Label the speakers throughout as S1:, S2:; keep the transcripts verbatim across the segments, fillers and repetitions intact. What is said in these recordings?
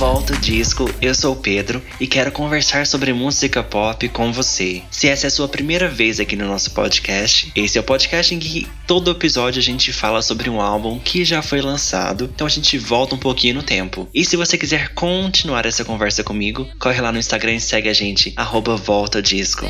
S1: Volta o Disco, eu sou o Pedro e quero conversar sobre música pop com você. Se essa é a sua primeira vez aqui no nosso podcast, esse é o podcast em que todo episódio a gente fala sobre um álbum que já foi lançado, então a gente volta um pouquinho no tempo. E se você quiser continuar essa conversa comigo, corre lá no Instagram e segue a gente, arroba Volta Disco.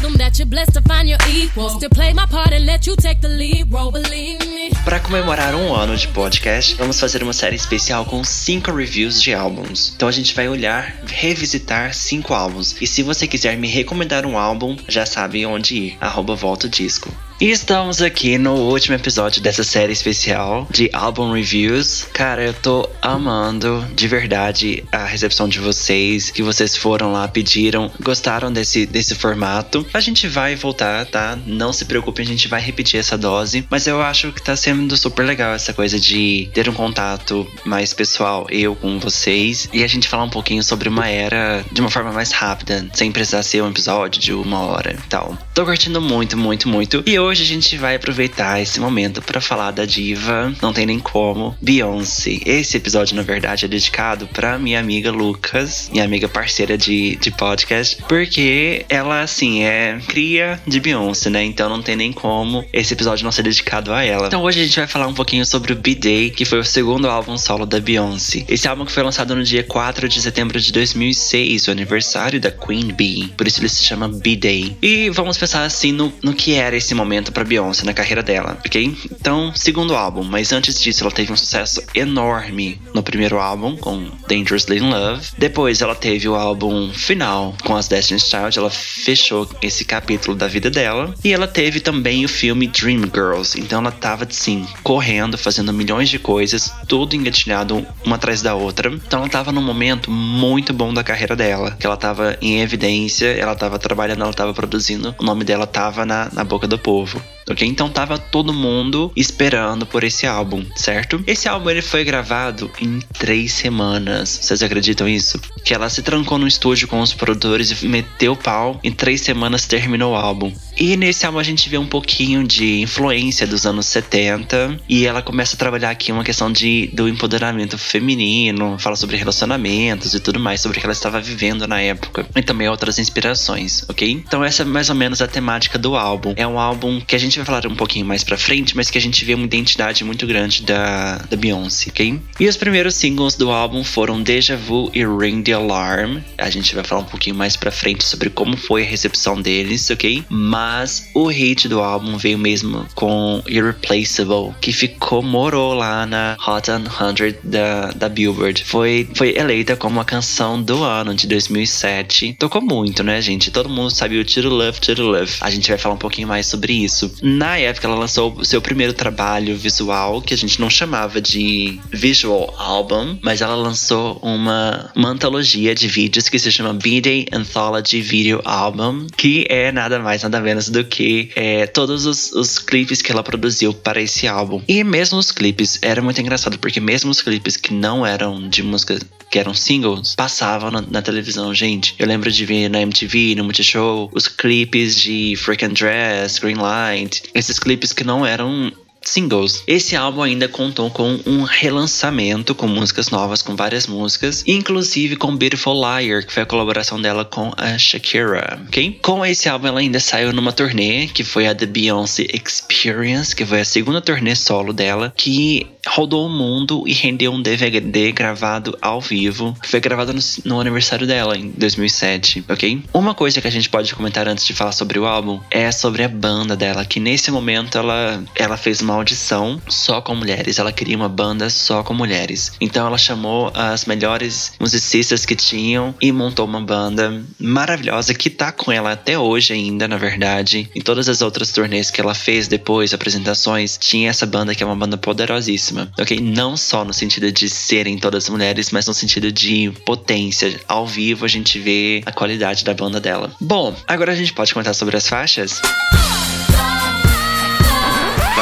S1: Para comemorar um ano de podcast, vamos fazer uma série especial com cinco reviews de álbuns. Então a gente vai olhar, revisitar cinco álbuns. E se você quiser me recomendar um álbum, já sabe onde ir, arroba Volta Disco. E estamos aqui no último episódio dessa série especial de álbum reviews. Cara, eu tô amando de verdade a recepção de vocês, que vocês foram lá, pediram, gostaram desse, desse formato. A gente vai voltar, tá? Não se preocupem, a gente vai repetir essa dose. Mas eu acho que tá sendo super legal essa coisa de ter um contato mais pessoal, eu com vocês. E a gente falar um pouquinho sobre uma era de uma forma mais rápida, sem precisar ser um episódio de uma hora e tal. Tô curtindo muito, muito, muito. E hoje Hoje a gente vai aproveitar esse momento para falar da diva, não tem nem como, Beyoncé. Esse episódio, na verdade, é dedicado pra minha amiga Lucas, minha amiga parceira de, de podcast, porque ela, assim, é cria de Beyoncé, né? Então não tem nem como esse episódio não ser dedicado a ela. Então hoje a gente vai falar um pouquinho sobre o B-Day, que foi o segundo álbum solo da Beyoncé. Esse álbum que foi lançado no dia quatro de setembro de dois mil e seis, o aniversário da Queen Bee. Por isso ele se chama B-Day. E vamos pensar, assim, no, no que era esse momento para Beyoncé na carreira dela, ok? Então, segundo álbum, mas antes disso ela teve um sucesso enorme no primeiro álbum com Dangerously in Love. Depois ela teve o álbum final com as Destiny's Child, ela fechou esse capítulo da vida dela. E ela teve também o filme Dreamgirls, então ela tava assim, correndo, fazendo milhões de coisas, tudo engatilhado uma atrás da outra. Então ela tava num momento muito bom da carreira dela, que ela tava em evidência, ela tava trabalhando, ela tava produzindo, o nome dela tava na, na boca do povo. Ok, então tava todo mundo esperando por esse álbum, certo? Esse álbum ele foi gravado em três semanas. Vocês acreditam isso? Que ela se trancou no estúdio com os produtores e meteu o pau. Em três semanas terminou o álbum. E nesse álbum a gente vê um pouquinho de influência dos anos setenta. E ela começa a trabalhar aqui uma questão de, do empoderamento feminino. Fala sobre relacionamentos e tudo mais, sobre o que ela estava vivendo na época. E também outras inspirações, ok? Então essa é mais ou menos a temática do álbum. É um álbum que a gente vai falar um pouquinho mais pra frente, mas que a gente vê uma identidade muito grande da, da Beyoncé, ok? E os primeiros singles do álbum foram Deja Vu e Ring the Alarm. A gente vai falar um pouquinho mais pra frente sobre como foi a recepção deles, ok? Mas o hit do álbum veio mesmo com Irreplaceable, que ficou, morou lá na Hot cem da, da Billboard. Foi, foi eleita como a canção do ano de dois mil e sete. Tocou muito, né, gente? Todo mundo sabe o To The Love, To The Love. A gente vai falar um pouquinho mais sobre isso. Na época ela lançou o seu primeiro trabalho visual, que a gente não chamava de visual album, mas ela lançou uma, uma antologia de vídeos que se chama B-Day Anthology Video Album, que é nada mais nada menos do que é, todos os, os clipes que ela produziu para esse álbum. E mesmo os clipes, era muito engraçado, porque mesmo os clipes que não eram de música, que eram singles, passavam na, na televisão, gente. Eu lembro de ver na M T V, no Multishow, os clipes de Freak and Dress, Green Light, esses clipes que não eram singles. Esse álbum ainda contou com um relançamento com músicas novas, com várias músicas, inclusive com Beautiful Liar, que foi a colaboração dela com a Shakira, ok? Com esse álbum ela ainda saiu numa turnê, que foi a The Beyoncé Experience, que foi a segunda turnê solo dela, que rodou o mundo e rendeu um D V D gravado ao vivo, que foi gravado no, no aniversário dela, em dois mil e sete, ok? Uma coisa que a gente pode comentar antes de falar sobre o álbum é sobre a banda dela, que nesse momento ela, ela fez uma audição só com mulheres, ela queria uma banda só com mulheres. Então ela chamou as melhores musicistas que tinham e montou uma banda maravilhosa que tá com ela até hoje ainda, na verdade. Em todas as outras turnês que ela fez depois, apresentações, tinha essa banda que é uma banda poderosíssima, ok? Não só no sentido de serem todas mulheres, mas no sentido de potência. Ao vivo a gente vê a qualidade da banda dela. Bom, agora a gente pode comentar sobre as faixas?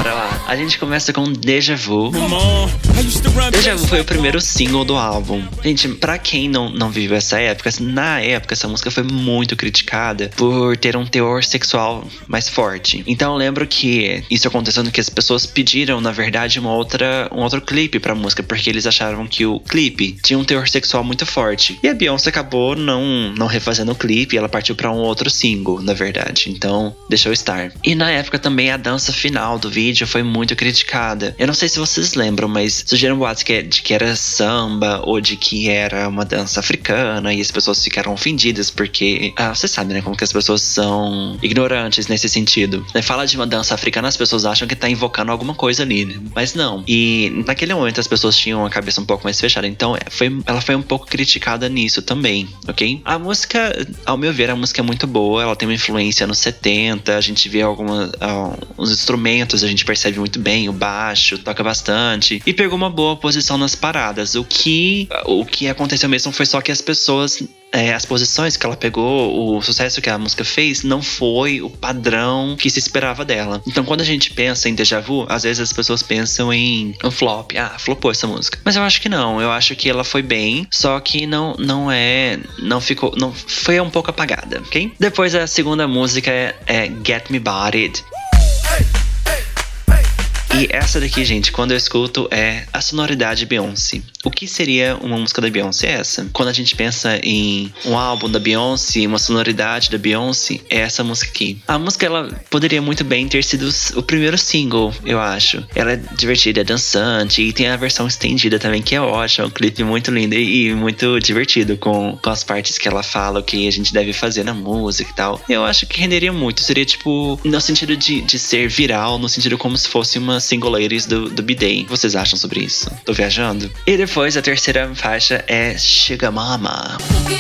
S1: Bora lá. A gente começa com Deja Vu. Deja Vu foi o primeiro single do álbum. Gente, pra quem não, não viveu essa época, na época essa música foi muito criticada por ter um teor sexual mais forte. Então eu lembro que isso acontecendo que as pessoas pediram, na verdade, uma outra, um outro clipe pra música, porque eles achavam que o clipe tinha um teor sexual muito forte. E a Beyoncé acabou não, não refazendo o clipe, ela partiu pra um outro single, na verdade. Então, deixou estar. E na época também a dança final do vídeo foi muito criticada. Eu não sei se vocês lembram, mas surgiram boatos que, de que era samba ou de que era uma dança africana e as pessoas ficaram ofendidas porque, ah, você sabe, né, como que as pessoas são ignorantes nesse sentido. Fala de uma dança africana, as pessoas acham que tá invocando alguma coisa ali, né? Mas não. E naquele momento as pessoas tinham a cabeça um pouco mais fechada, então foi, ela foi um pouco criticada nisso também, ok? A música, ao meu ver, a música é muito boa, ela tem uma influência nos setenta, a gente vê alguns uh, instrumentos, a gente percebe muito bem, o baixo toca bastante e pegou uma boa posição nas paradas. O que, o que aconteceu mesmo foi só que as pessoas É, as posições que ela pegou, o sucesso que a música fez não foi o padrão que se esperava dela. Então quando a gente pensa em Deja Vu, às vezes as pessoas pensam em um flop. Ah, flopou essa música. Mas eu acho que não, eu acho que ela foi bem, só que não, não é, não ficou, não foi um pouco apagada, ok? Depois a segunda música é, é Get Me Bodied. E essa daqui, gente, quando eu escuto é a sonoridade Beyoncé. O que seria uma música da Beyoncé essa? Quando a gente pensa em um álbum da Beyoncé, uma sonoridade da Beyoncé, é essa música aqui. A música, ela poderia muito bem ter sido o primeiro single, eu acho. Ela é divertida, é dançante e tem a versão estendida também, que é ótima. Um clipe muito lindo e muito divertido com, com as partes que ela fala, o que a gente deve fazer na música e tal. Eu acho que renderia muito. Seria tipo, no sentido de, de ser viral, no sentido como se fosse uma single ladies do, do B-Day. O que vocês acham sobre isso? Tô viajando? E depois a terceira faixa é Sugar Mama.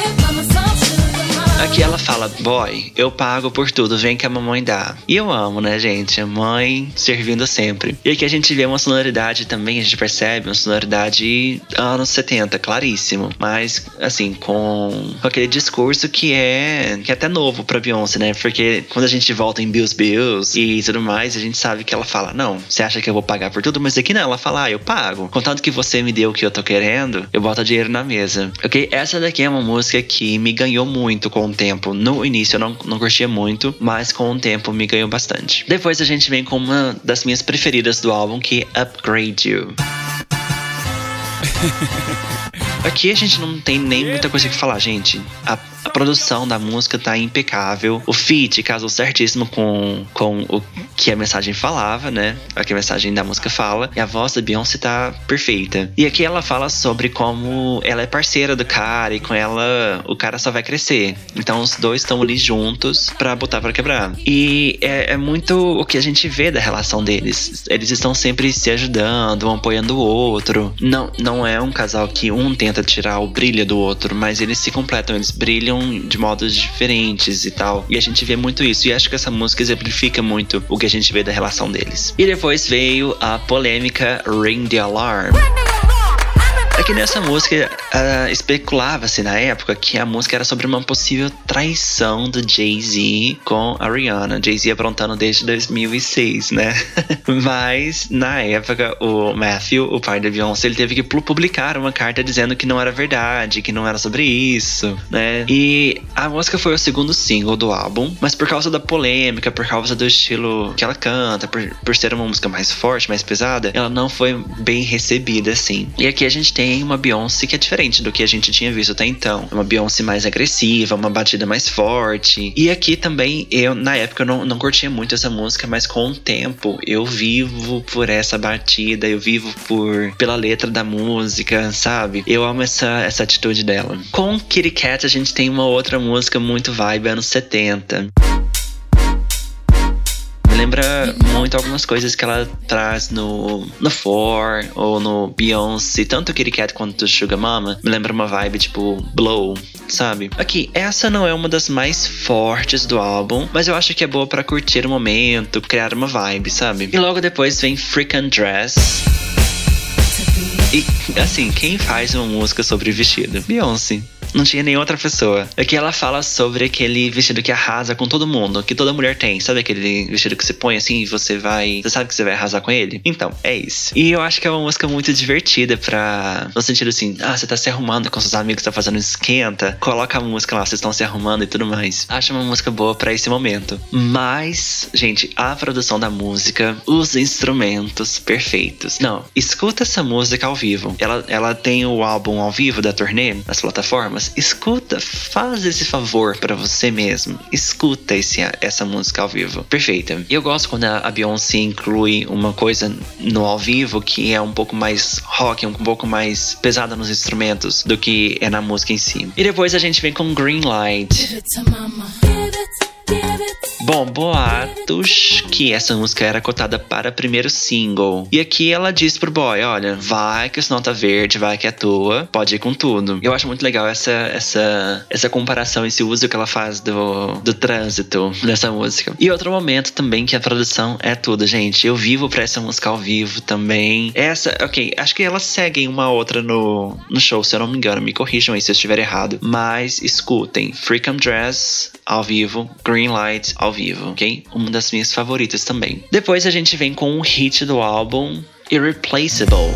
S1: Aqui ela fala, boy, eu pago por tudo, vem que a mamãe dá. E eu amo, né, gente? A mãe servindo sempre. E aqui a gente vê uma sonoridade também, a gente percebe uma sonoridade anos setenta, claríssimo. Mas, assim, com, com aquele discurso que é, que é até novo pra Beyoncé, né? Porque quando a gente volta em Bills Bills e tudo mais, a gente sabe que ela fala, não, você acha que eu vou pagar por tudo? Mas aqui não, ela fala, ah, eu pago. Contanto que você me deu o que eu tô querendo, eu boto dinheiro na mesa. Ok? Essa daqui é uma música que me ganhou muito com o tempo. No início eu não, não curtia muito, mas com o tempo me ganhou bastante. Depois a gente vem com uma das minhas preferidas do álbum, que é Upgrade You. Aqui a gente não tem nem muita coisa que falar, gente. A, a produção da música tá impecável. O feat casou certíssimo com, com o que a mensagem falava, né? O que a mensagem da música fala. E a voz da Beyoncé tá perfeita. E aqui ela fala sobre como ela é parceira do cara e com ela o cara só vai crescer. Então os dois estão ali juntos pra botar pra quebrar. E é, é muito o que a gente vê da relação deles. Eles estão sempre se ajudando, um apoiando o outro. Não, não é um casal que um tenta tirar o brilho do outro, mas eles se completam, eles brilham de modos diferentes e tal. E a gente vê muito isso. E acho que essa música exemplifica muito o que a gente vê da relação deles. E depois veio a polêmica Ring the Alarm. Aqui nessa música, uh, especulava-se na época que a música era sobre uma possível traição do Jay-Z com a Rihanna. Jay-Z aprontando desde dois mil e seis, né? Mas, na época, o Matthew, o pai da Beyoncé, ele teve que publicar uma carta dizendo que não era verdade, que não era sobre isso, né? E a música foi o segundo single do álbum, mas por causa da polêmica, por causa do estilo que ela canta, por, por ser uma música mais forte, mais pesada, ela não foi bem recebida, assim. E aqui a gente tem uma Beyoncé que é diferente do que a gente tinha visto até então. Uma Beyoncé mais agressiva, uma batida mais forte. E aqui também, eu na época eu não, não curtia muito essa música, mas com o tempo eu vivo por essa batida, eu vivo por pela letra da música, sabe? Eu amo essa, essa atitude dela. Com Kitty Cat a gente tem uma outra música muito vibe anos setenta. Lembra muito algumas coisas que ela traz no, no Four ou no Beyoncé, tanto Kitty Cat quanto Sugar Mama. Me lembra uma vibe tipo Blow, sabe? Aqui, essa não é uma das mais fortes do álbum, mas eu acho que é boa pra curtir o momento, criar uma vibe, sabe? E logo depois vem Freakin' Dress. E, assim, quem faz uma música sobre vestido? Beyoncé. Não tinha nem outra pessoa. Aqui ela fala sobre aquele vestido que arrasa com todo mundo, que toda mulher tem. Sabe aquele vestido que você põe assim e você vai... Você sabe que você vai arrasar com ele? Então, é isso. E eu acho que é uma música muito divertida pra... No sentido assim, ah, você tá se arrumando com seus amigos, tá fazendo esquenta. Coloca a música lá, vocês estão se arrumando e tudo mais. Acho uma música boa pra esse momento. Mas, gente, a produção da música, os instrumentos perfeitos. Não, escuta essa música ao vivo. Ela, ela tem o álbum ao vivo da turnê nas plataformas. Escuta, faz esse favor pra você mesmo. Escuta esse, essa música ao vivo. Perfeita. E eu gosto quando a, a Beyoncé inclui uma coisa no ao vivo que é um pouco mais rock, um pouco mais pesada nos instrumentos do que é na música em si. E depois a gente vem com Green Light. Bom, boatos que essa música era cotada para primeiro single. E aqui ela diz pro boy, olha, vai que o sinal tá verde, vai que é tua, pode ir com tudo. Eu acho muito legal essa, essa, essa comparação, esse uso que ela faz do, do trânsito nessa música. E outro momento também que a produção é tudo, gente. Eu vivo pra essa música ao vivo também. Essa, ok, acho que elas seguem uma outra no, no show, se eu não me engano. Me corrijam aí se eu estiver errado. Mas escutem, Freakum Dress ao vivo, Green Light ao vivo, ok? Uma das minhas favoritas também. Depois a gente vem com um hit do álbum, Irreplaceable.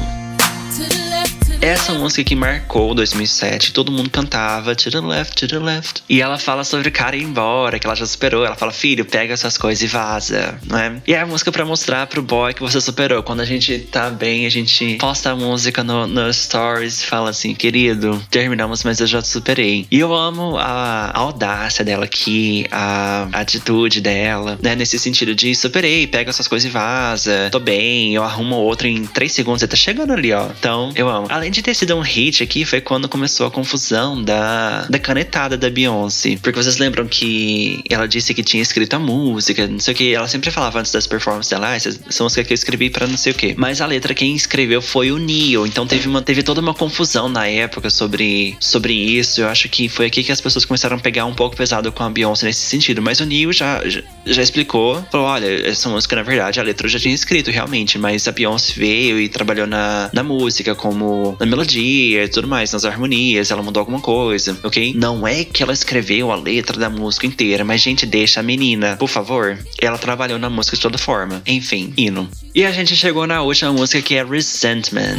S1: Essa música que marcou dois mil e sete, todo mundo cantava To the left, to the left. E ela fala sobre o cara ir embora, que ela já superou. Ela fala, filho, pega essas coisas e vaza, não é? E é a música pra mostrar pro boy que você superou. Quando a gente tá bem, a gente posta a música no, no stories e fala assim, querido, terminamos, mas eu já te superei. E eu amo a, a audácia dela aqui, a, a atitude dela, né? Nesse sentido de superei, pega essas coisas e vaza. Tô bem, eu arrumo outra em três segundos, você tá chegando ali, ó. Então, eu amo. Além de ter sido um hit aqui, foi quando começou a confusão da, da canetada da Beyoncé. Porque vocês lembram que ela disse que tinha escrito a música, não sei o que. Ela sempre falava antes das performances dela, ah, essa, essa música que eu escrevi pra não sei o que. Mas a letra quem escreveu foi o Neil. Então teve, uma, teve toda uma confusão na época sobre, sobre isso. Eu acho que foi aqui que as pessoas começaram a pegar um pouco pesado com a Beyoncé nesse sentido. Mas o Neil já, já, já explicou. Falou, olha, essa música na verdade a letra eu já tinha escrito realmente. Mas a Beyoncé veio e trabalhou na, na música como... na melodia e tudo mais, nas harmonias, ela mudou alguma coisa, ok? Não é que ela escreveu a letra da música inteira, mas gente, deixa a menina, por favor. Ela trabalhou na música de toda forma. Enfim, hino. E a gente chegou na última música que é Resentment.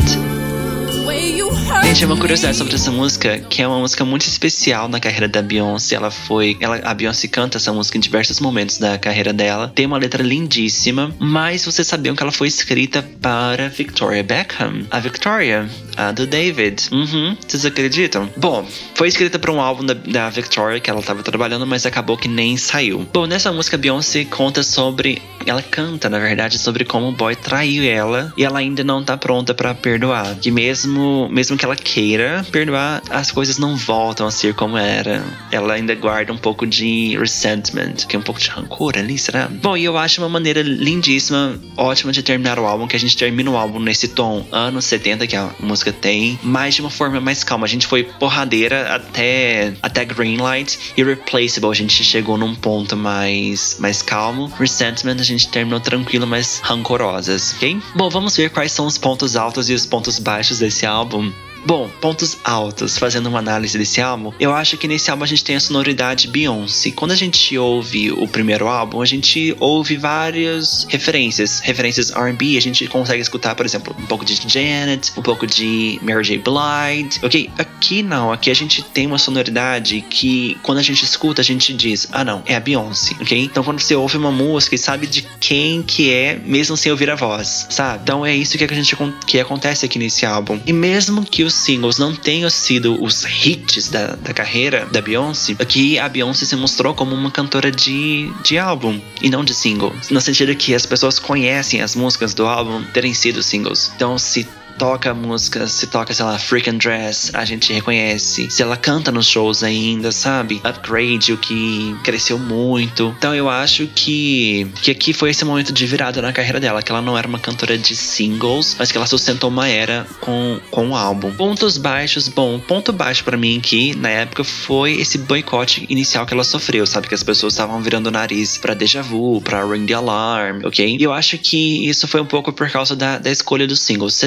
S1: Gente, uma curiosidade sobre essa música, que é uma música muito especial na carreira da Beyoncé. Ela foi... Ela, a Beyoncé canta essa música em diversos momentos da carreira dela. Tem uma letra lindíssima, mas vocês sabiam que ela foi escrita para Victoria Beckham? A Victoria, a do David. Uhum, vocês acreditam? Bom, foi escrita para um álbum da, da Victoria que ela estava trabalhando, mas acabou que nem saiu. Bom, nessa música a Beyoncé conta sobre... Ela canta, na verdade, sobre como o boy traiu ela e ela ainda não tá pronta pra perdoar. Que mesmo, mesmo que ela queira perdoar, as coisas não voltam a ser como era. Ela ainda guarda um pouco de resentment, que é um pouco de rancor ali, será? Bom, e eu acho uma maneira lindíssima, ótima de terminar o álbum, que a gente termina o álbum nesse tom anos setenta que a música tem, mas de uma forma mais calma. A gente foi porradeira até, até Green Light. Irreplaceable, a gente chegou num ponto mais, mais calmo. Resentment, a gente terminou tranquilo, mas rancorosas, ok? Bom, vamos ver quais são os pontos altos e os pontos baixos desse álbum. Bom, pontos altos, fazendo uma análise desse álbum, eu acho que nesse álbum a gente tem a sonoridade Beyoncé. Quando a gente ouve o primeiro álbum, a gente ouve várias referências, referências R and B, a gente consegue escutar, por exemplo, um pouco de Janet, um pouco de Mary J. Blige, ok? Aqui não, aqui a gente tem uma sonoridade que quando a gente escuta, a gente diz, ah não, é a Beyoncé, ok? Então quando você ouve uma música e sabe de quem que é, mesmo sem ouvir a voz, sabe? Então é isso que, a gente, que acontece aqui nesse álbum. E mesmo que os singles não tenham sido os hits da, da carreira da Beyoncé, aqui a Beyoncé se mostrou como uma cantora de, de álbum e não de single, no sentido que as pessoas conhecem as músicas do álbum terem sido singles. Então se toca música, se toca, sei lá, Freakum Dress, a gente reconhece. Se ela canta nos shows ainda, sabe? Upgrade, o que cresceu muito. Então eu acho que, que aqui foi esse momento de virada na carreira dela, que ela não era uma cantora de singles, mas que ela sustentou uma era com, com o álbum. Pontos baixos, bom, ponto baixo pra mim aqui, na época, foi esse boicote inicial que ela sofreu, sabe? Que as pessoas estavam virando o nariz pra Deja Vu, pra Ring the Alarm, ok? E eu acho que isso foi um pouco por causa da, da escolha dos singles. Se a gente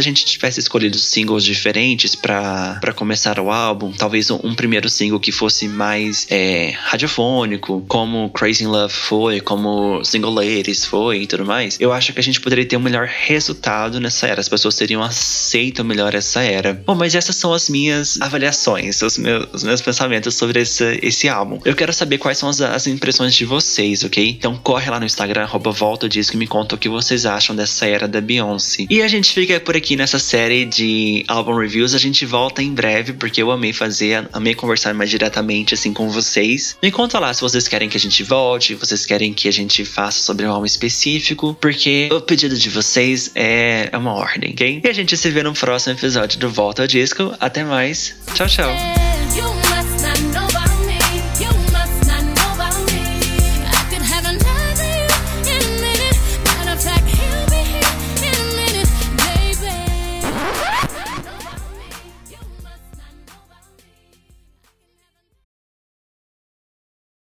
S1: tivesse escolhido singles diferentes pra, pra começar o álbum, talvez um, um primeiro single que fosse mais é, radiofônico, como Crazy in Love foi, como Single Ladies foi e tudo mais, eu acho que a gente poderia ter um melhor resultado nessa era. As pessoas teriam aceito melhor essa era. Bom, mas essas são as minhas avaliações, os meus, os meus pensamentos sobre esse, esse álbum. Eu quero saber quais são as, as impressões de vocês, ok? Então corre lá no Instagram, arroba Volta o Disco, e me conta o que vocês acham dessa era da Beyoncé. E a gente fica por aqui nessa série de álbum reviews. A gente volta em breve, porque eu amei fazer, amei conversar mais diretamente assim com vocês. Me conta lá se vocês querem que a gente volte, vocês querem que a gente faça sobre um álbum específico, porque o pedido de vocês é, é uma ordem, ok? E a gente se vê no próximo episódio do Volta ao Disco. Até mais. Tchau, tchau.